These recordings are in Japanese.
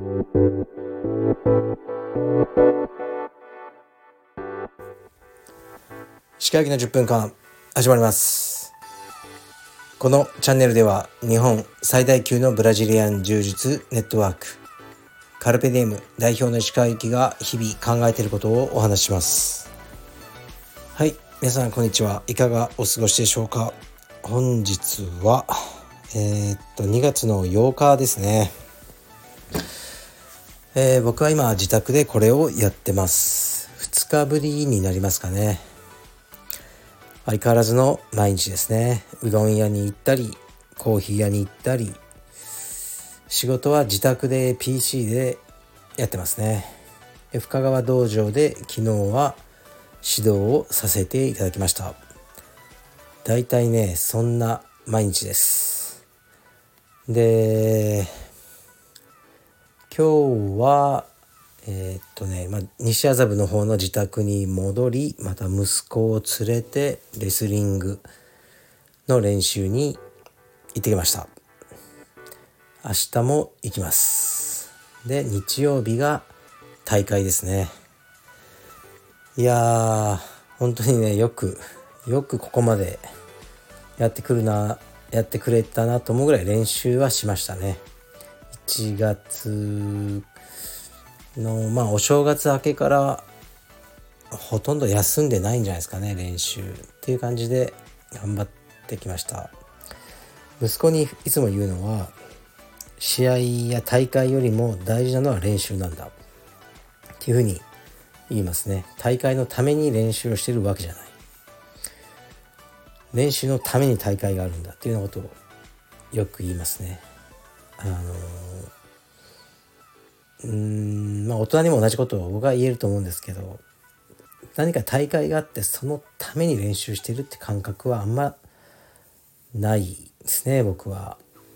石川行きの10分間始まります。このチャンネルでは日本最大級のブラジリアン柔術ネットワークカルペディエム代表の石川行きが日々考えていることをお話しします。はい、皆さんこんにちは。いかがお過ごしでしょうか。本日は2月の8日ですね。僕は今自宅でこれをやってます。2日ぶりになりますかね。相変わらずの毎日ですね。うどん屋に行ったりコーヒー屋に行ったり、仕事は自宅で PC でやってますね。深川道場で昨日は指導をさせていただきました。だいたいねそんな毎日です。で今日は西麻布の方の自宅に戻り、また息子を連れてレスリングの練習に行ってきました。明日も行きます。で日曜日が大会ですね。いやー本当にねよくここまでやってくれたなと思うぐらい練習はしましたね。1月のお正月明けからほとんど休んでないんじゃないですかね。練習っていう感じで頑張ってきました。息子にいつも言うのは、試合や大会よりも大事なのは練習なんだっていうふうに言いますね。大会のために練習をしているわけじゃない、練習のために大会があるんだっていうようなことをよく言いますね。大人にも同じことを僕は言えると思うんですけど、何か大会があってそのために練習しているって感覚はあんまないですね。僕は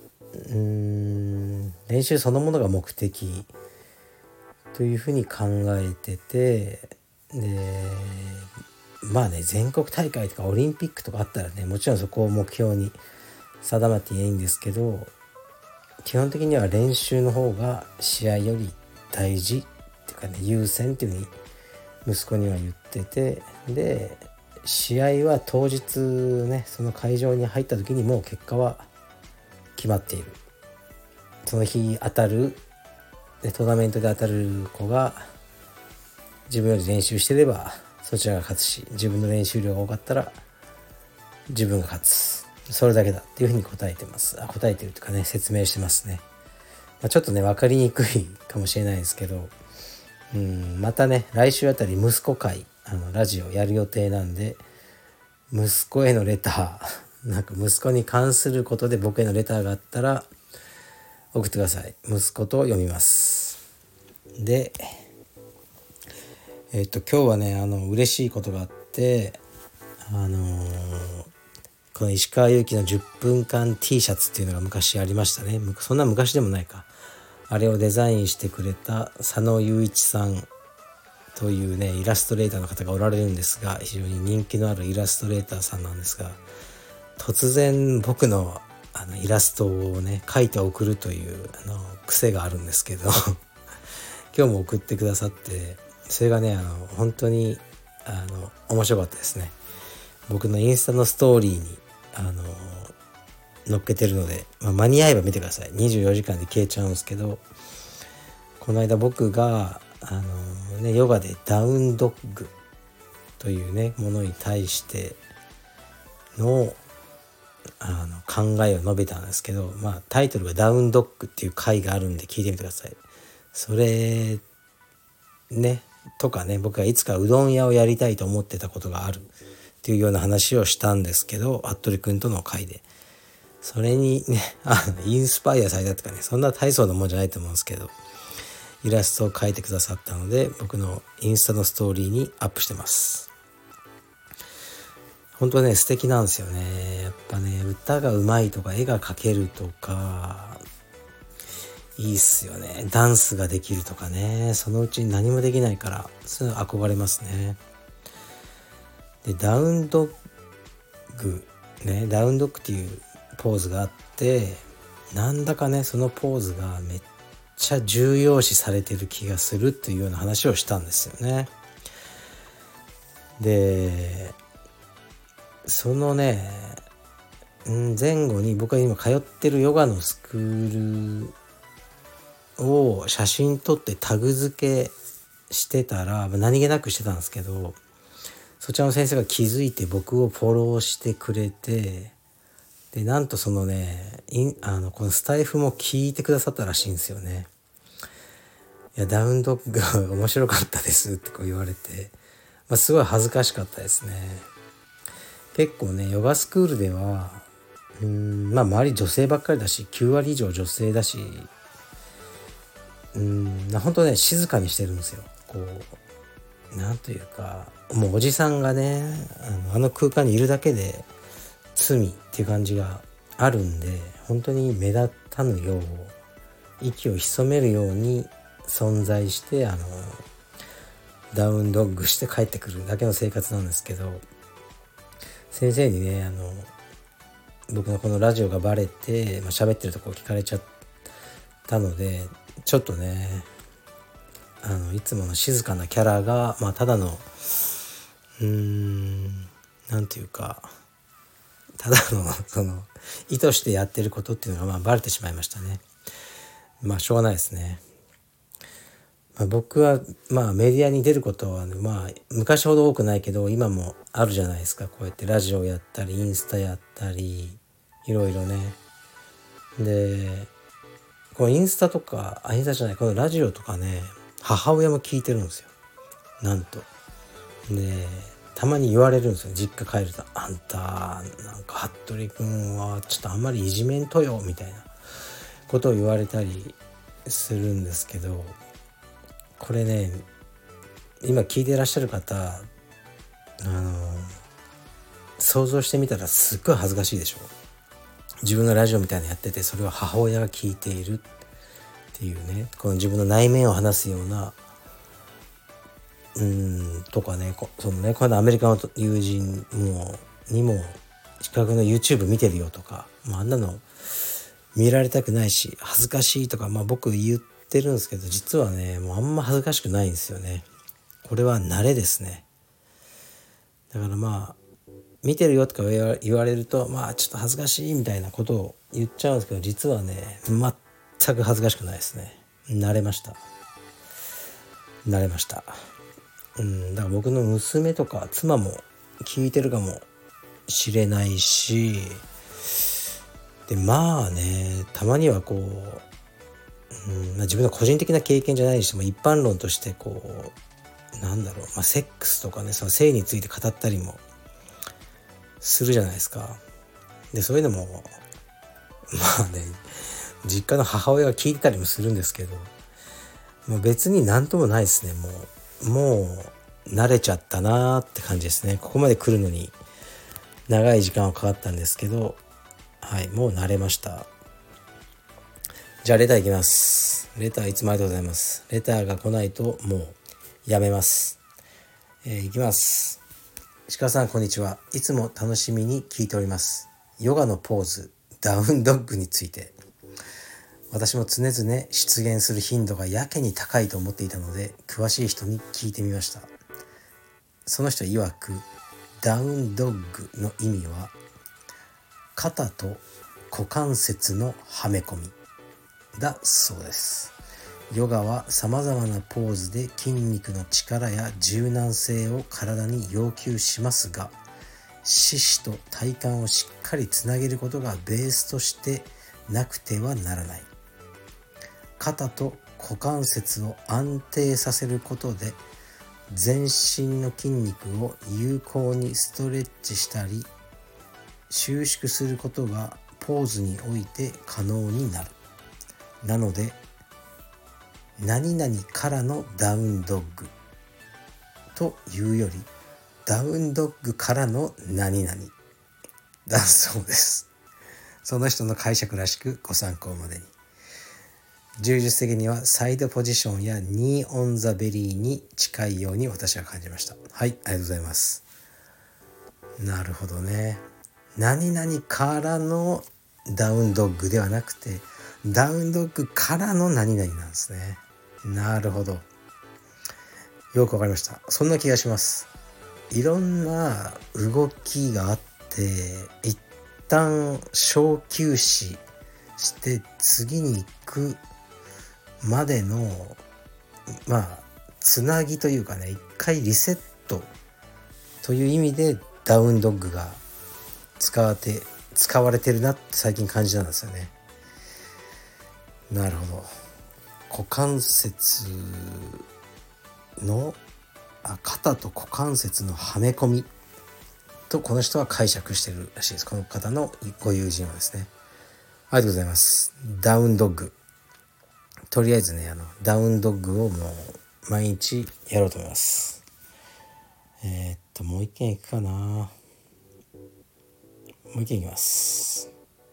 練習そのものが目的というふうに考えてて、で全国大会とかオリンピックとかあったらね、もちろんそこを目標に定まっていいんですけど、基本的には練習の方が試合より大事っていうかね、優先っていうふうに息子には言ってて、で試合は当日ね、その会場に入った時にもう結果は決まっている。その日当たるトーナメントで当たる子が自分より練習してればそちらが勝つし、自分の練習量が多かったら自分が勝つ、それだけだっていうふうに答えてます。答えてるというかね、説明してますね。ちょっとね分かりにくいかもしれないですけど、またね来週あたり息子会ラジオやる予定なんで、息子へのレター息子に関することで僕へのレターがあったら送ってください。息子と読みます。で今日はね嬉しいことがあって、この石川祐希の10分間 T シャツっていうのが昔ありましたね。そんな昔でもないか。あれをデザインしてくれた佐野雄一さんというねイラストレーターの方がおられるんですが、非常に人気のあるイラストレーターさんなんですが、突然僕のイラストをね描いて送るという癖があるんですけど今日も送ってくださって、それがね本当に面白かったですね。僕のインスタのストーリーに載っけてるので、間に合えば見てください。24時間で消えちゃうんですけど、この間僕がヨガでダウンドッグというねものに対しての考えを述べたんですけど、タイトルがダウンドッグっていう回があるんで聞いてみてください。それねとかね、僕がいつかうどん屋をやりたいと思ってたことがあるっていうような話をしたんですけど、服部くんとの回でそれにねインスパイアされたとかね、そんな大層なもんじゃないと思うんですけど、イラストを描いてくださったので僕のインスタのストーリーにアップしてます。本当ね素敵なんですよね。やっぱね歌がうまいとか絵が描けるとかいいっすよね。ダンスができるとかね、そのうちに何もできないからそういうの憧れますね。でダウンドッグっていうポーズがあって、なんだかねそのポーズがめっちゃ重要視されてる気がするっていうような話をしたんですよね。でそのね前後に僕が今通ってるヨガのスクールを写真撮ってタグ付けしてたら、何気なくしてたんですけど、そちらの先生が気づいて僕をフォローしてくれて、でなんとそのねこのスタイフも聞いてくださったらしいんですよね。いやダウンドッグが面白かったですってこう言われて、すごい恥ずかしかったですね。結構ねヨガスクールでは周り女性ばっかりだし、9割以上女性だし、本当ね静かにしてるんですよ。こうなんというか、もうおじさんがねあの空間にいるだけで罪っていう感じがあるんで、本当に目立たぬよう息を潜めるように存在して、ダウンドッグして帰ってくるだけの生活なんですけど、先生にね僕のこのラジオがバレて、喋ってるとこ聞かれちゃったので、ちょっとねいつもの静かなキャラが、ただのなんていうか、ただのその意図してやってることっていうのがバレてしまいましたね。しょうがないですね。僕はメディアに出ることは、昔ほど多くないけど今もあるじゃないですか。こうやってラジオやったりインスタやったりいろいろね。でこのインスタとかインスタじゃない、このラジオとかね、母親も聞いてるんですよ、なんと。でたまに言われるんですよ、実家帰ると。あんたなんか服部君はちょっとあんまりいじめんとよみたいなことを言われたりするんですけど、これね今聞いてらっしゃる方想像してみたらすっごい恥ずかしいでしょ。自分がラジオみたいなのやってて、それを母親が聞いているっていうね、この自分の内面を話すようなとかね、そのね、このアメリカの友人にも近くの YouTube 見てるよとか、あんなの見られたくないし恥ずかしいとか、僕言ってるんですけど、実はねもうあんま恥ずかしくないんですよね。これは慣れですね。だから見てるよとか言われるとちょっと恥ずかしいみたいなことを言っちゃうんですけど、実はね全く恥ずかしくないですね。慣れました。だから僕の娘とか妻も聞いてるかもしれないし、でたまにはこう、自分の個人的な経験じゃないにしても一般論としてこうセックスとかね、その性について語ったりもするじゃないですか。でそういうのも実家の母親が聞いてたりもするんですけど、別になんともないですね。もう慣れちゃったなって感じですね。ここまで来るのに長い時間はかかったんですけど、もう慣れました。じゃあレターいきます。レターいつもありがとうございます。レターが来ないともうやめます。いきます。鹿さんこんにちは。いつも楽しみに聞いております。ヨガのポーズダウンドッグについて、私も常々出現する頻度がやけに高いと思っていたので、詳しい人に聞いてみました。その人曰くダウンドッグの意味は肩と股関節のはめ込みだそうです。ヨガは様々なポーズで筋肉の力や柔軟性を体に要求しますが、四肢と体幹をしっかりつなげることがベースとしてなくてはならない。肩と股関節を安定させることで全身の筋肉を有効にストレッチしたり収縮することがポーズにおいて可能になる。なので何々からのダウンドッグというよりダウンドッグからの何々だそうです。その人の解釈らしくご参考までに。柔術的にはサイドポジションやニーオンザベリーに近いように私は感じました。はい、ありがとうございます。なるほどね。何々からのダウンドッグではなくてダウンドッグからの何々なんですね。なるほど、よくわかりました。そんな気がします。いろんな動きがあって一旦小休止して次に行くまでのつなぎというかね、一回リセットという意味でダウンドッグが使われてるなって最近感じたんですよね。なるほど。股関節の肩と股関節のはめ込みとこの人は解釈してるらしいです。この方のご友人はですね。ありがとうございます。ダウンドッグ、とりあえずねダウンドッグをもう毎日やろうと思います。もう一件いくかな。もう一件いきます。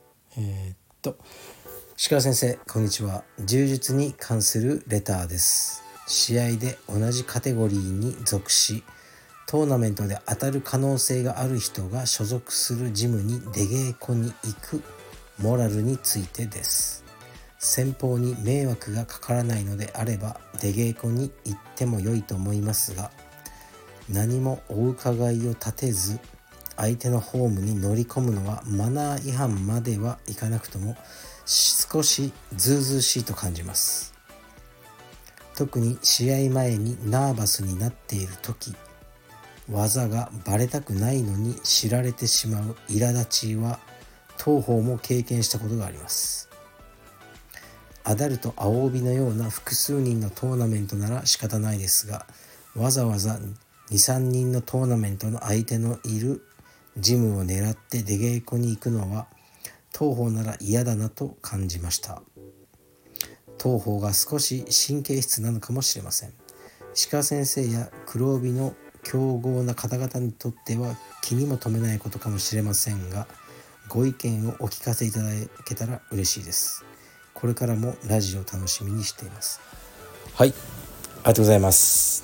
鹿先生、こんにちは。柔術に関するレターです。試合で同じカテゴリーに属しトーナメントで当たる可能性がある人が所属するジムに出稽古に行くモラルについてです。先方に迷惑がかからないのであれば出稽古に行っても良いと思いますが、何もお伺いを立てず相手のホームに乗り込むのはマナー違反まではいかなくとも少しずうずうしいと感じます。特に試合前にナーバスになっている時、技がバレたくないのに知られてしまう苛立ちは当方も経験したことがあります。アダルト青帯のような複数人のトーナメントなら仕方ないですが、わざわざ 2,3 人のトーナメントの相手のいるジムを狙って出稽古に行くのは当方なら嫌だなと感じました。当方が少し神経質なのかもしれません。鹿先生や黒帯の強豪な方々にとっては気にも留めないことかもしれませんが、ご意見をお聞かせいただけたら嬉しいです。これからもラジオ楽しみにしています。はい、ありがとうございます。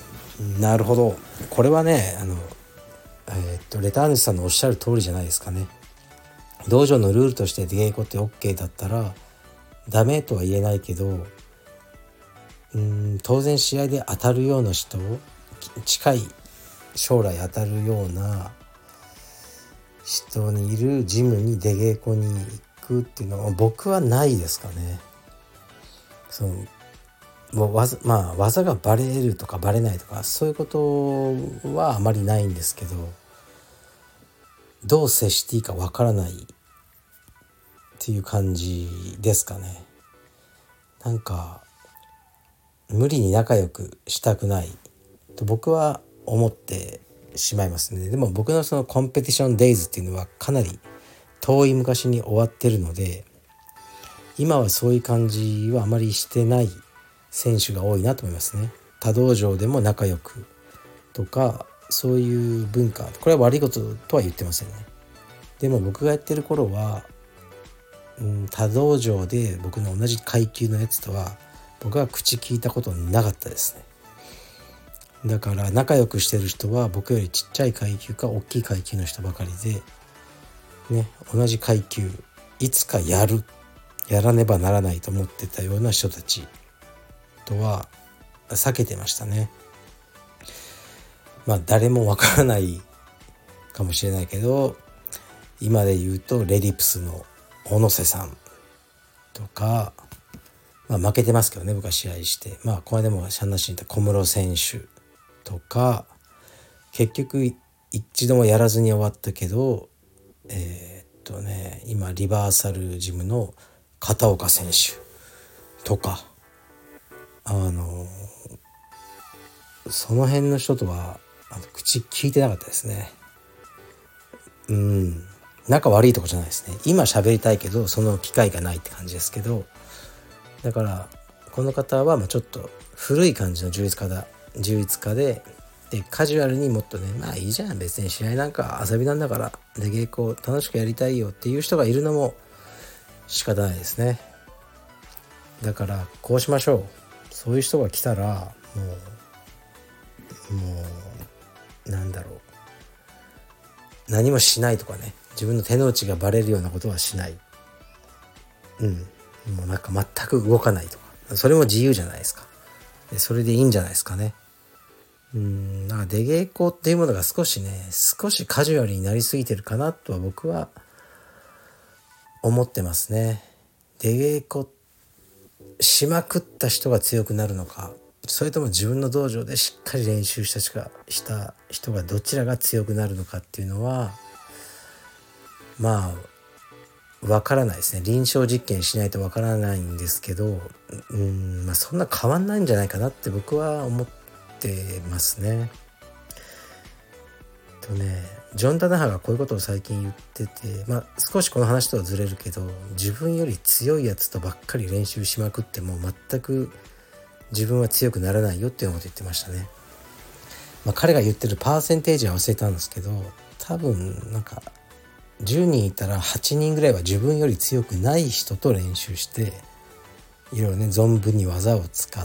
なるほど、これはねレター主さんのおっしゃる通りじゃないですかね。道場のルールとして出稽古って OK だったらダメとは言えないけど、当然試合で当たるような人、近い将来当たるような人にいるジムに出稽古に行くっていうのは僕はないですかね。もう技がバレるとかバレないとかそういうことはあまりないんですけど、どう接していいかわからないっていう感じですかね。なんか無理に仲良くしたくないと僕は思ってしまいますね。でも僕のそのコンペティションデイズっていうのはかなり遠い昔に終わってるので、今はそういう感じはあまりしてない選手が多いなと思いますね。他道場でも仲良くとかそういう文化、これは悪いこととは言ってませんね。でも僕がやってる頃は、他道場で僕の同じ階級のやつとは僕は口聞いたことなかったですね。だから仲良くしてる人は僕よりちっちゃい階級か大きい階級の人ばかりでね、同じ階級いつかやらねばならないと思ってたような人たちとは避けてましたね。誰もわからないかもしれないけど、今で言うとレディプスの小野瀬さんとか、負けてますけどね、僕は試合して、これでもシャンナシにいた小室選手とか、結局一度もやらずに終わったけど今リバーサルジムの片岡選手とかその辺の人とは口聞いてなかったですね。仲悪いとこじゃないですね。今喋りたいけどその機会がないって感じですけど、だからこの方はちょっと古い感じの充実家でカジュアルにもっとね、いいじゃん別に試合なんか遊びなんだから出稽古楽しくやりたいよっていう人がいるのも仕方ないですね。だからこうしましょう。そういう人が来たらもう何もしないとかね、自分の手の内がバレるようなことはしない。 もうなんか全く動かないとか、それも自由じゃないですか。でそれでいいんじゃないですかね。なんか出稽古っていうものが少しカジュアルになりすぎてるかなとは僕は思ってますね。出稽古しまくった人が強くなるのか、それとも自分の道場でしっかり練習した人がどちらが強くなるのかっていうのはまあわからないですね。臨床実験しないとわからないんですけど、そんな変わんないんじゃないかなって僕は思ってますね。ジョン・ダナハがこういうことを最近言ってて、少しこの話とはずれるけど、自分より強いやつとばっかり練習しまくっても全く自分は強くならないよっていうことを言ってましたね。彼が言ってるパーセンテージは忘れたんですけど、多分なんか10人いたら8人ぐらいは自分より強くない人と練習して、いろいろね存分に技を使って、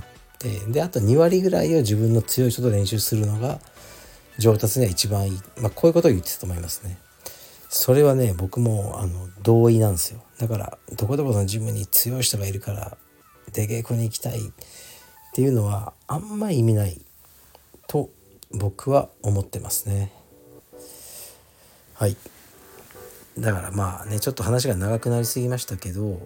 であと2割ぐらいを自分の強い人と練習するのが上達には一番いい、こういうことを言ってたと思いますね。それはね僕も同意なんですよ。だからどこどこのジムに強い人がいるから出稽古に行きたいっていうのはあんまり意味ないと僕は思ってますね。はい。だからちょっと話が長くなりすぎましたけど、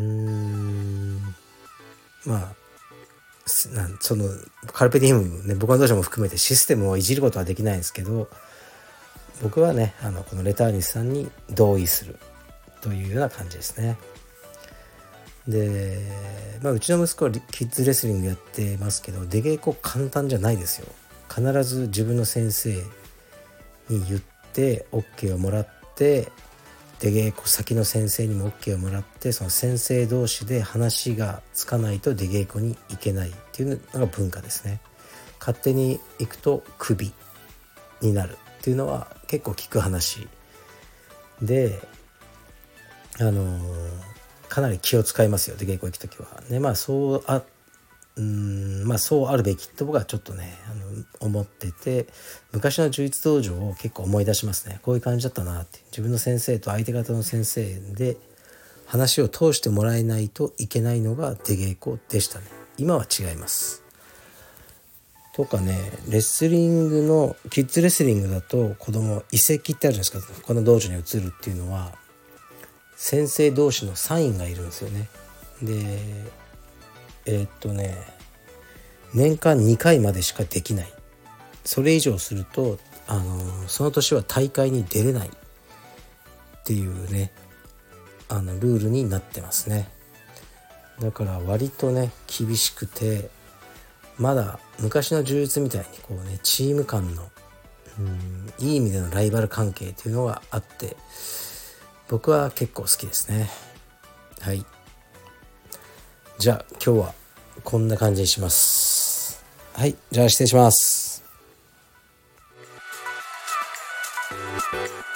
そのカルペディウムね、僕の道場も含めてシステムをいじることはできないんですけど、僕はねこのレターニスさんに同意するというような感じですね。で、うちの息子はキッズレスリングやってますけど、出稽古簡単じゃないですよ。必ず自分の先生に言って OK をもらって、出稽古先の先生にも OK をもらって、その先生同士で話がつかないと出稽古に行けないっていうのが文化ですね。勝手に行くとクビになるっていうのは結構聞く話で、かなり気を使いますよ、出稽古行くときはね。そうあるべきと僕はちょっとね思ってて、昔の柔術道場を結構思い出しますね。こういう感じだったなって。自分の先生と相手方の先生で話を通してもらえないといけないのが出稽古でしたね。今は違いますとかね。レスリングのキッズレスリングだと子供移籍ってあるじゃないですか。この道場に移るっていうのは先生同士のサインがいるんですよね。で年間2回までしかできない。それ以上するとその年は大会に出れないっていうねルールになってますね。だから割とね厳しくて、まだ昔の柔術みたいにこうねチーム間のいい意味でのライバル関係っていうのがあって、僕は結構好きですね。はい。じゃあ今日はこんな感じにします。はい、じゃあ失礼します。